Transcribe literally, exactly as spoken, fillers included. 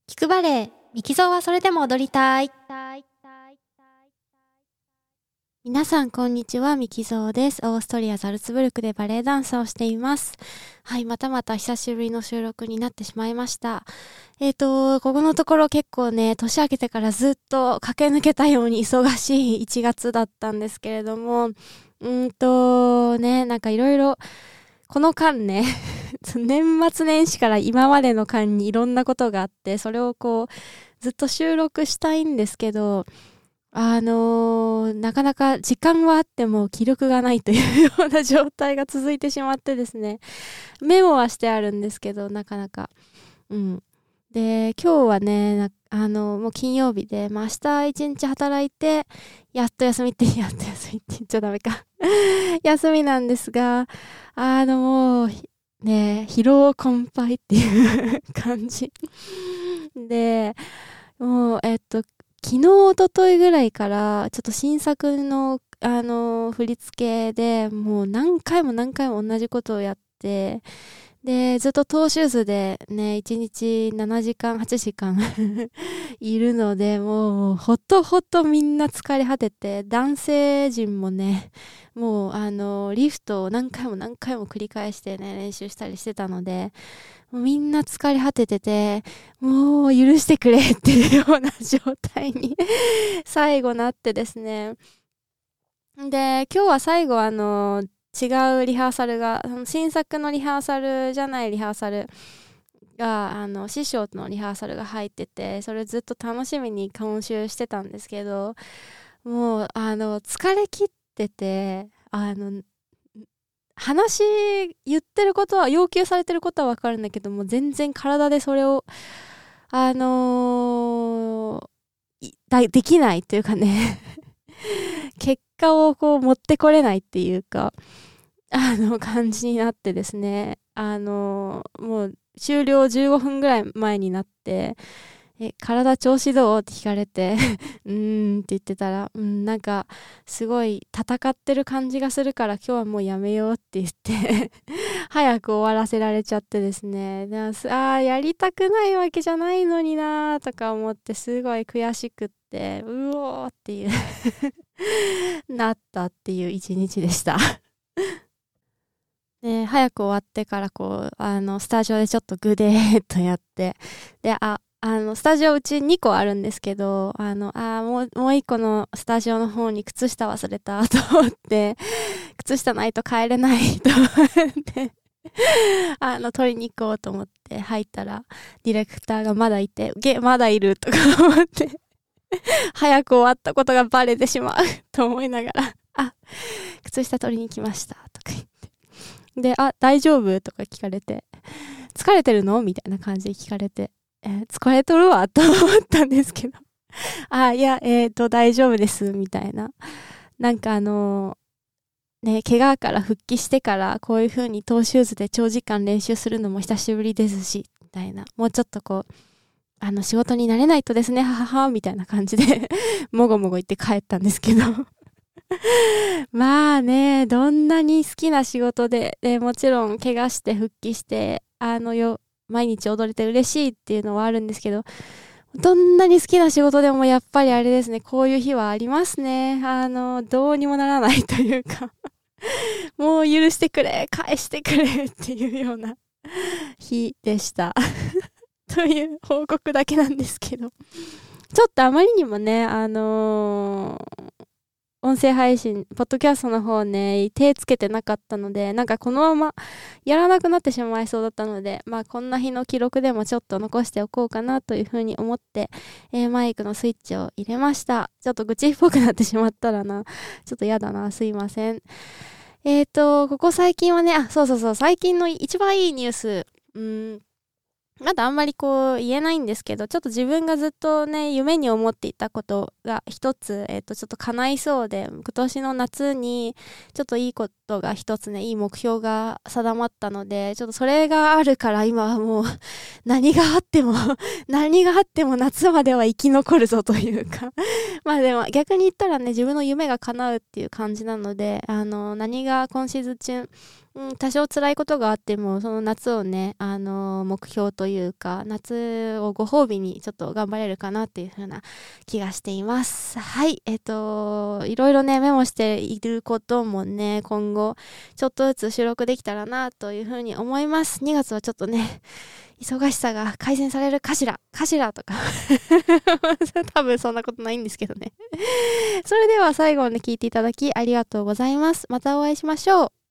聞くバレエ、ミキゾーはそれでも踊りたい。皆さんこんにちは、ミキゾーです。オーストリアザルツブルクでバレエダンサーをしています。はい、またまた久しぶりの収録になってしまいました。えーと、ここのところ結構ね、年明けてからずっと駆け抜けたように忙しいいちがつだったんですけれども、うーんとね、なんかいろいろこの間ね年末年始から今までの間にいろんなことがあって、それをこうずっと収録したいんですけど、あのー、なかなか時間はあっても気力がないというような状態が続いてしまってですね、メモはしてあるんですけど、なかなかうんで、今日はね、なあのもう金曜日で、まあ、明日一日働いてやっと休みってやっと休みって言っちゃダメか休みなんですが、あのもうね、疲労困憊っていう感じで、もうえっと昨日一昨日ぐらいからちょっと新作のあの振り付けでもう何回も何回も同じことをやって、でずっとトーシューズでねいちにちななじかんはちじかんいるので、もうほとほとみんな疲れ果てて、男性陣もねもうあのリフトを何回も何回も繰り返してね練習したりしてたので、もうみんな疲れ果ててて、もう許してくれっていうような状態に最後なってですね。で今日は最後あの違うリハーサルが、新作のリハーサルじゃないリハーサルが、あの師匠のリハーサルが入ってて、それずっと楽しみに今週してたんですけど、もうあの疲れ切ってて、あの話言ってることは要求されてることは分かるんだけども、全然体でそれをあのー、できないというかね結果をこう持ってこれないっていうか、あの感じになってですね、あのもう終了じゅうごふんぐらい前になって、え体調子どうって聞かれてうーんって言ってたら、うん、なんかすごい戦ってる感じがするから今日はもうやめようって言って早く終わらせられちゃってですね、であーやりたくないわけじゃないのになとか思って、すごい悔しくって、うおーっていうなったっていう一日でしたで早く終わってからこうあのスタジオでちょっとグデーっとやって、でああのスタジオうちにこあるんですけど、あのあもうもういっこのスタジオの方に靴下忘れたと思って、靴下ないと帰れないと思ってあの取りに行こうと思って入ったら、ディレクターがまだいて、ゲまだいるとか思って早く終わったことがバレてしまうと思いながら、あ靴下取りに来ましたとか言って、で、あ、大丈夫とか聞かれて、疲れてるのみたいな感じで聞かれて、えー、疲れとるわと思ったんですけど、あ、いや、えーと、大丈夫です、みたいな。なんかあのー、ね、怪我から復帰してから、こういう風にトーシューズで長時間練習するのも久しぶりですし、みたいな。もうちょっとこう、あの、仕事に慣れないとですね、ははは、みたいな感じで、もごもご言って帰ったんですけど。まあね、どんなに好きな仕事で、でもちろん怪我して復帰してあのよ毎日踊れて嬉しいっていうのはあるんですけど、どんなに好きな仕事でもやっぱりあれですね、こういう日はありますね。あのどうにもならないというかもう許してくれ、返してくれっていうような日でしたという報告だけなんですけど、ちょっとあまりにもね、あのー音声配信、ポッドキャストの方ね、手つけてなかったので、なんかこのままやらなくなってしまいそうだったので、まあこんな日の記録でもちょっと残しておこうかなというふうに思って、えー、マイクのスイッチを入れました。ちょっと愚痴っぽくなってしまったらな、ちょっとやだな、すいません。えーと、ここ最近はね、あ、そうそうそう、最近の一番いいニュース、うーん、まだあんまりこう言えないんですけど、ちょっと自分がずっとね夢に思っていたことが一つ、えっとちょっと叶いそうで、今年の夏にちょっといいことが一つね、いい目標が定まったので、ちょっとそれがあるから今はもう何があっても何があっても夏までは生き残るぞというかまあでも逆に言ったらね、自分の夢が叶うっていう感じなので、あの何が今シーズン中うん、多少辛いことがあっても、その夏をね、あのー目標というか、夏をご褒美にちょっと頑張れるかなっていう風な気がしています。はい。えっと、いろいろね、メモしていることもね、今後、ちょっとずつ収録できたらな、という風に思います。にがつはちょっとね、忙しさが改善されるかしらかしらとか多分そんなことないんですけどねそれでは最後まで聞いていただきありがとうございます。またお会いしましょう。